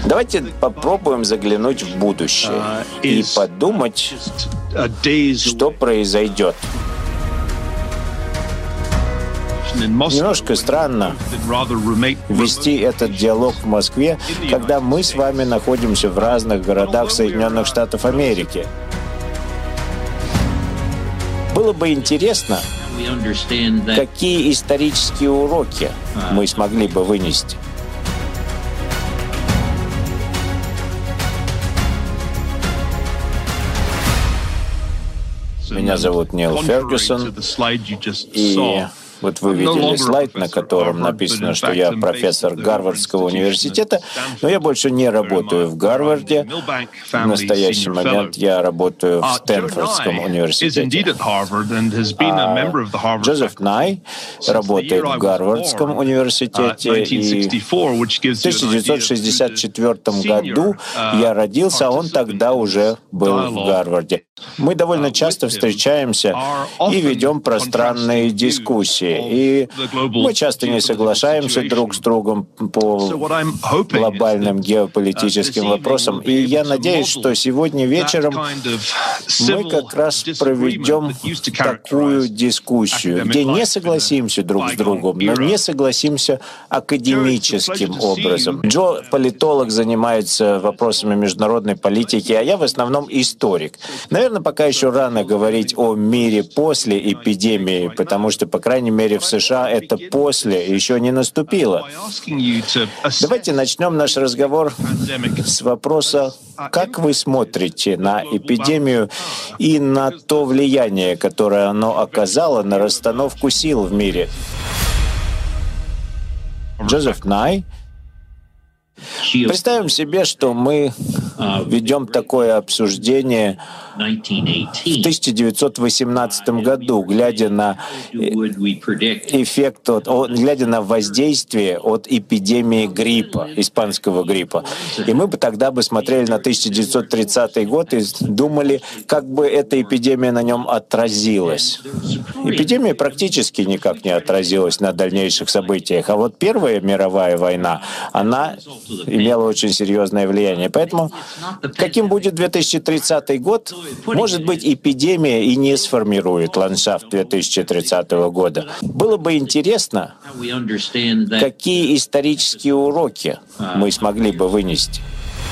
Давайте попробуем заглянуть в будущее и подумать, что произойдет. Немножко странно вести этот диалог в Москве, когда мы с вами находимся в разных городах Соединенных Штатов Америки. Было бы интересно, какие исторические уроки мы смогли бы вынести. Меня зовут Нил Фергюсон, и вот вы видели слайд, на котором написано, что я профессор Гарвардского университета, но я больше не работаю в Гарварде. В настоящий момент я работаю в Стэнфордском университете. Джозеф Най работает в Гарвардском университете, и в 1964 году я родился, а он тогда уже был в Гарварде. Мы довольно часто встречаемся и ведем пространные дискуссии. И мы часто не соглашаемся друг с другом по глобальным геополитическим вопросам. И я надеюсь, что сегодня вечером мы как раз проведем такую дискуссию, где не согласимся друг с другом, но не согласимся академическим образом. Джо — политолог, занимается вопросами международной политики, а я в основном историк. Наверное, пока еще рано говорить о мире после эпидемии, потому что, по крайней мере, в США это после еще не наступило. Давайте начнем наш разговор с вопроса, как вы смотрите на эпидемию и на то влияние, которое оно оказало на расстановку сил в мире. Джозеф Най. Представим себе, что мы ведем такое обсуждение в 1918 году, глядя на эффект, глядя на воздействие от эпидемии гриппа, испанского гриппа. И мы бы тогда смотрели на 1930 год и думали, как бы эта эпидемия на нем отразилась. Эпидемия практически никак не отразилась на дальнейших событиях, а вот Первая мировая война, она имела очень серьезное влияние. Поэтому, каким будет 2030 год, может быть, эпидемия и не сформирует ландшафт 2030 года. Было бы интересно, какие исторические уроки мы смогли бы вынести.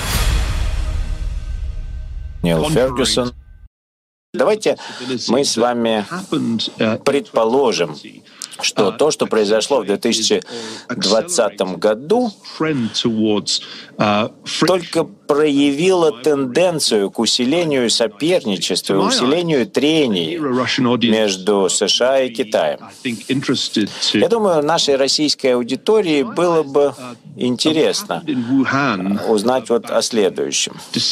Нил Фергюсон. Давайте мы с вами предположим, что то, что произошло в 2020 году, только проявило тенденцию к усилению соперничества, усилению трений между США и Китаем. Я думаю, нашей российской аудитории было бы интересно узнать вот о следующем.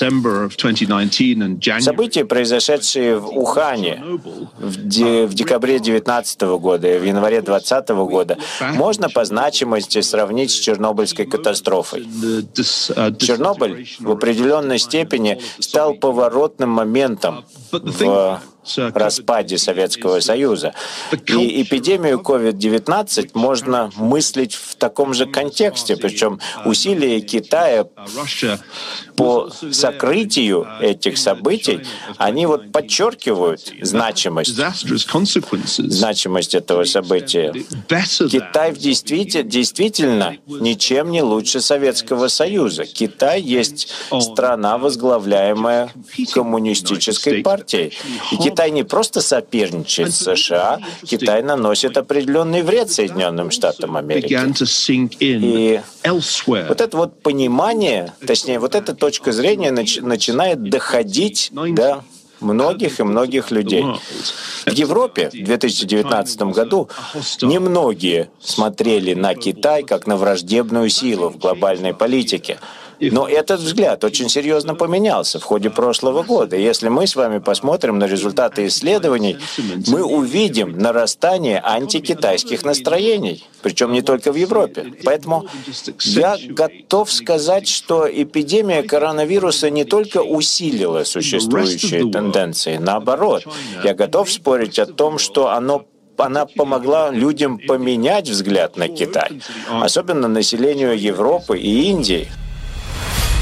События, произошедшие в Ухане в декабре 2019 года и в январе 2020 года, можно по значимости сравнить с Чернобыльской катастрофой. Чернобыль в определенной степени стал поворотным моментом в распаде Советского Союза. И эпидемию COVID-19 можно мыслить в таком же контексте, причем усилия Китая по сокрытию этих событий, они вот подчеркивают значимость этого события. Китай действительно ничем не лучше Советского Союза. Китай есть страна, возглавляемая коммунистической партией. И Китай не просто соперничает с США, Китай наносит определенный вред Соединенным Штатам Америки. И вот это вот понимание, точнее, вот эта точка зрения начинает доходить до многих и многих людей. В Европе в 2019 году немногие смотрели на Китай как на враждебную силу в глобальной политике. Но этот взгляд очень серьезно поменялся в ходе прошлого года. Если мы с вами посмотрим на результаты исследований, мы увидим нарастание антикитайских настроений, причем не только в Европе. Поэтому я готов сказать, что эпидемия коронавируса не только усилила существующие тенденции, наоборот, я готов спорить о том, что она помогла людям поменять взгляд на Китай, особенно населению Европы и Индии.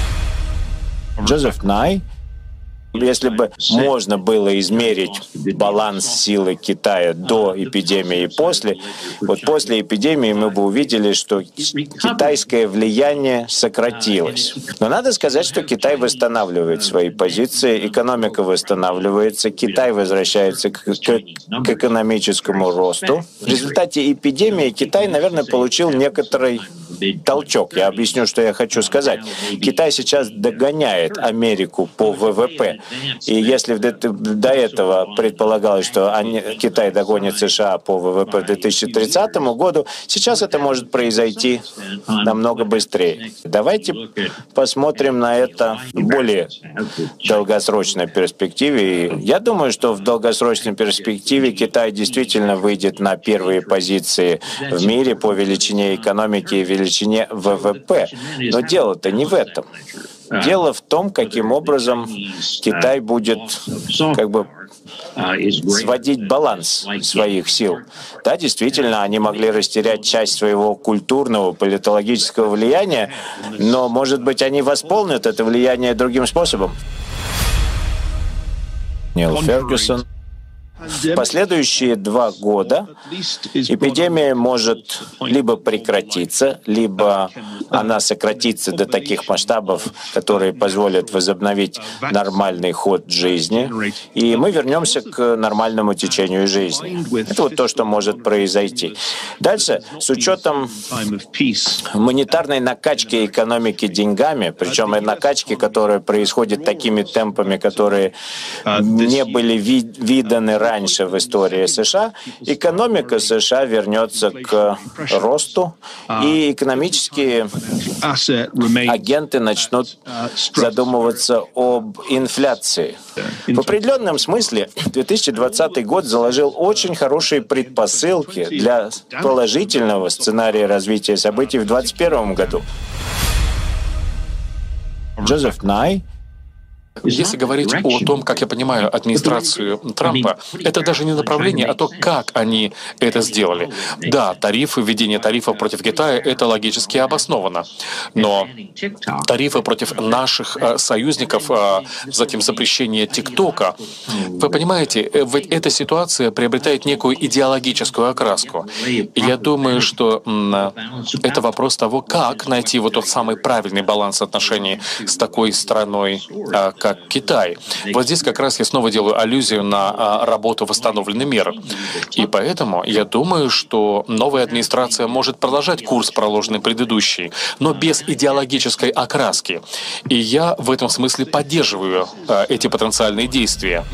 Джозеф Най. Если бы можно было измерить баланс силы Китая до эпидемии и после, вот после эпидемии мы бы увидели, что китайское влияние сократилось. Но надо сказать, что Китай восстанавливает свои позиции, экономика восстанавливается, Китай возвращается к экономическому росту. В результате эпидемии Китай, наверное, получил некоторый толчок. Я объясню, что я хочу сказать. Китай сейчас догоняет Америку по ВВП. И если до этого предполагалось, что Китай догонит США по ВВП к 2030 году, сейчас это может произойти намного быстрее. Давайте посмотрим на это в более долгосрочной перспективе. И я думаю, что в долгосрочной перспективе Китай действительно выйдет на первые позиции в мире по величине экономики и величине ВВП. Но дело-то не в этом. Дело в том, каким образом Китай будет сводить баланс своих сил. Да, действительно, они могли растерять часть своего культурного, политологического влияния, но, может быть, они восполнят это влияние другим способом. Нил Фергюсон. В последующие 2 года эпидемия может либо прекратиться, либо она сократится до таких масштабов, которые позволят возобновить нормальный ход жизни, и мы вернемся к нормальному течению жизни. Это вот то, что может произойти. Дальше, с учетом монетарной накачки экономики деньгами, причем и накачки, которая происходит такими темпами, которые не были виданы раньше в истории США, экономика США вернется к росту, и экономические агенты начнут задумываться об инфляции. В определенном смысле 2020 год заложил очень хорошие предпосылки для положительного сценария развития событий в 2021 году. Джозеф Най. Если говорить о том, как я понимаю администрацию Трампа, это даже не направление, а то, как они это сделали. Да, тарифы, введение тарифов против Китая — это логически обосновано. Но тарифы против наших союзников, затем запрещение ТикТока, вы понимаете, эта ситуация приобретает некую идеологическую окраску. И я думаю, что это вопрос того, как найти вот тот самый правильный баланс отношений с такой страной, как Китай. Вот здесь как раз я снова делаю аллюзию на работу «Восстановленный мир». И поэтому я думаю, что новая администрация может продолжать курс, проложенный предыдущей, но без идеологической окраски. И я в этом смысле поддерживаю эти потенциальные действия.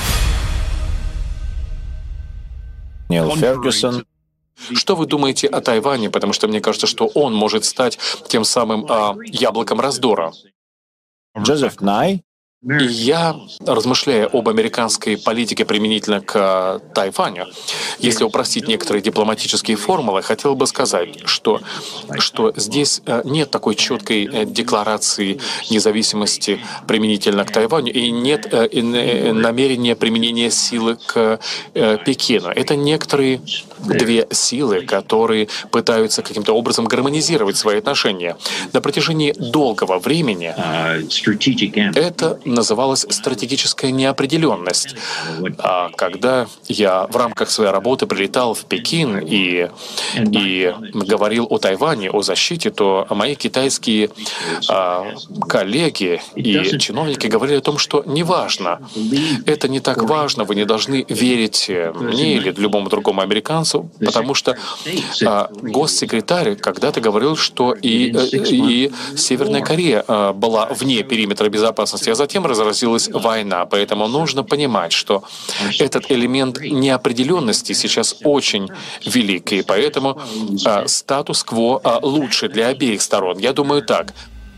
Нил Фергюсон. Что вы думаете о Тайване? Потому что мне кажется, что он может стать тем самым яблоком раздора. Джозеф Най. И я, размышляя об американской политике применительно к Тайваню, если упростить некоторые дипломатические формулы, хотел бы сказать, что здесь нет такой четкой декларации независимости применительно к Тайваню и нет намерения применения силы к Пекину. Это некоторые 2 силы, которые пытаются каким-то образом гармонизировать свои отношения. На протяжении долгого времени это называлась стратегическая неопределенность. Когда я в рамках своей работы прилетал в Пекин и говорил о Тайване, о защите, то мои китайские коллеги и чиновники говорили о том, что неважно, это не так важно, вы не должны верить мне или любому другому американцу, потому что госсекретарь когда-то говорил, что и Северная Корея была вне периметра безопасности, а затем разразилась война. Поэтому нужно понимать, что этот элемент неопределенности сейчас очень велик, и поэтому статус-кво лучше для обеих сторон. Я думаю так.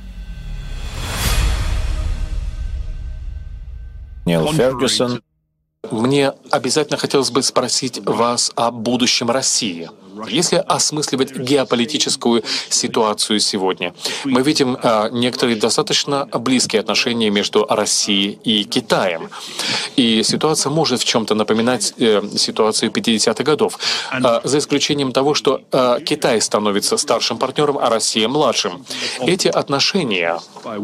Нил Фергюсон. Мне обязательно хотелось бы спросить вас о будущем России. Если осмысливать геополитическую ситуацию сегодня, мы видим некоторые достаточно близкие отношения между Россией и Китаем. И ситуация может в чем-то напоминать ситуацию 50-х годов, за исключением того, что Китай становится старшим партнером, а Россия — младшим. Эти отношения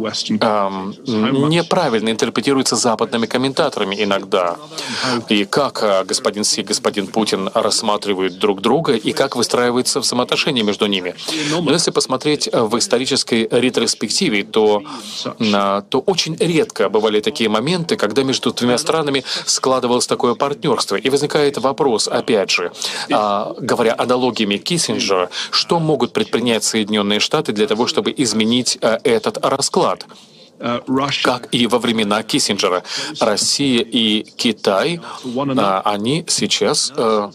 неправильно интерпретируются западными комментаторами иногда. И как господин Си и господин Путин рассматривают друг друга, и как выстраиваются взаимоотношения между ними. Но если посмотреть в исторической ретроспективе, то очень редко бывали такие моменты, когда между двумя странами складывалось такое партнерство. И возникает вопрос, опять же, говоря аналогиями Киссинджера, что могут предпринять Соединенные Штаты для того, чтобы изменить этот расклад? Как и во времена Киссинджера, Россия и Китай, они сейчас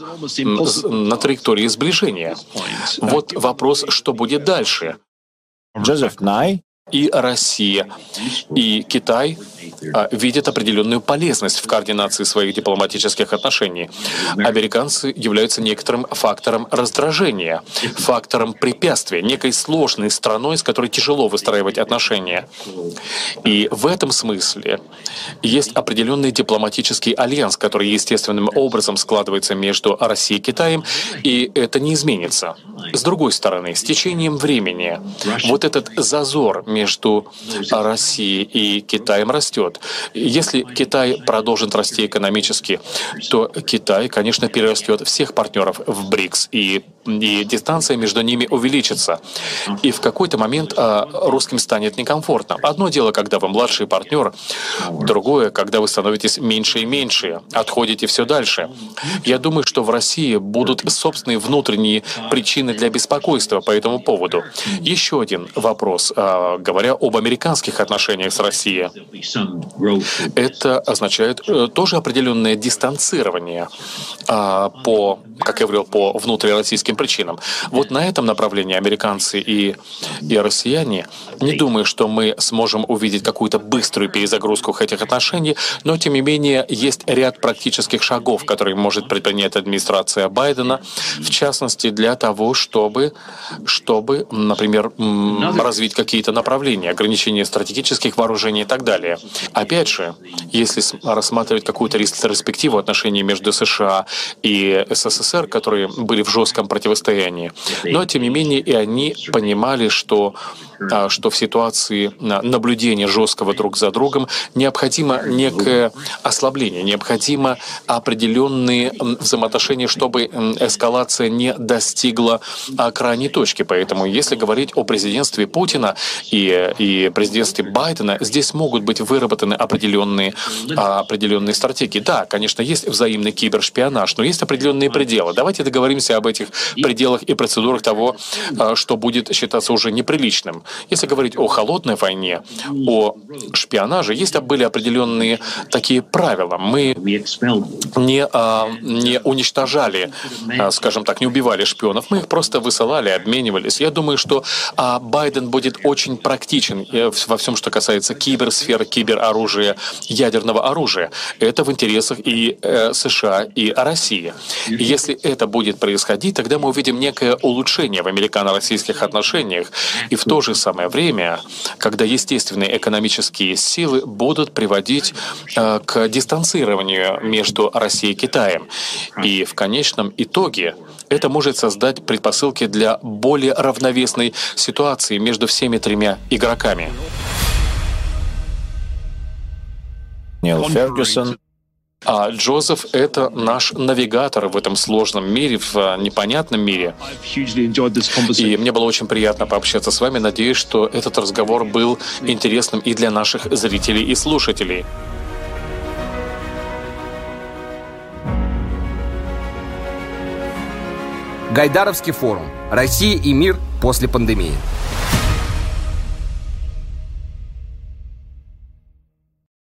на траектории сближения. Вот вопрос, что будет дальше. Джозеф Най. И Россия, и Китай видят определенную полезность в координации своих дипломатических отношений. Американцы являются некоторым фактором раздражения, фактором препятствия, некой сложной страной, с которой тяжело выстраивать отношения. И в этом смысле есть определенный дипломатический альянс, который естественным образом складывается между Россией и Китаем, и это не изменится. С другой стороны, с течением времени вот этот зазор между Россией и Китаем растет. Если Китай продолжит расти экономически, то Китай, конечно, перерастет всех партнеров в БРИКС, и дистанция между ними увеличится. И в какой-то момент русским станет некомфортно. Одно дело, когда вы младший партнер, другое, когда вы становитесь меньше и меньше, отходите все дальше. Я думаю, что в России будут собственные внутренние причины для беспокойства по этому поводу. Еще один вопрос, говоря об американских отношениях с Россией. Это означает тоже определенное дистанцирование как я говорил, по внутрироссийским причинам. Вот на этом направлении американцы и россияне, не думаю, что мы сможем увидеть какую-то быструю перезагрузку этих отношений, но, тем не менее, есть ряд практических шагов, которые может предпринять администрация Байдена, в частности, для того, чтобы например, развить какие-то направления, ограничения стратегических вооружений и так далее. Опять же, если рассматривать какую-то ретроспективу отношений между США и СССР, которые были в жестком противостоянии, но, тем не менее, и они понимали, что в ситуации наблюдения жесткого друг за другом необходимо некое ослабление, необходимо определенные взаимоотношения, чтобы эскалация не достигла крайней точки. Поэтому, если говорить о президентстве Путина и президентстве Байдена, здесь могут быть выработаны определенные стратегии. Да, конечно, есть взаимный кибершпионаж, но есть определенные пределы. Давайте договоримся об этих пределах и процедурах того, что будет считаться уже неприличным. Если говорить о холодной войне, о шпионаже, были определенные такие правила. Мы не уничтожали, скажем так, не убивали шпионов, мы их просто высылали, обменивались. Я думаю, что Байден будет очень практичен во всем, что касается киберсферы, кибероружия, ядерного оружия. Это в интересах и США, и России. И если это будет происходить, тогда мы увидим некое улучшение в американо-российских отношениях, и в то же самое время, когда естественные экономические силы будут приводить к дистанцированию между Россией и Китаем. И в конечном итоге это может создать предпосылки для более равновесной ситуации между всеми тремя игроками. Нил Фергюсон. Джозеф — это наш навигатор в этом сложном мире, в непонятном мире. И мне было очень приятно пообщаться с вами. Надеюсь, что этот разговор был интересным и для наших зрителей и слушателей. Гайдаровский форум. Россия и мир после пандемии.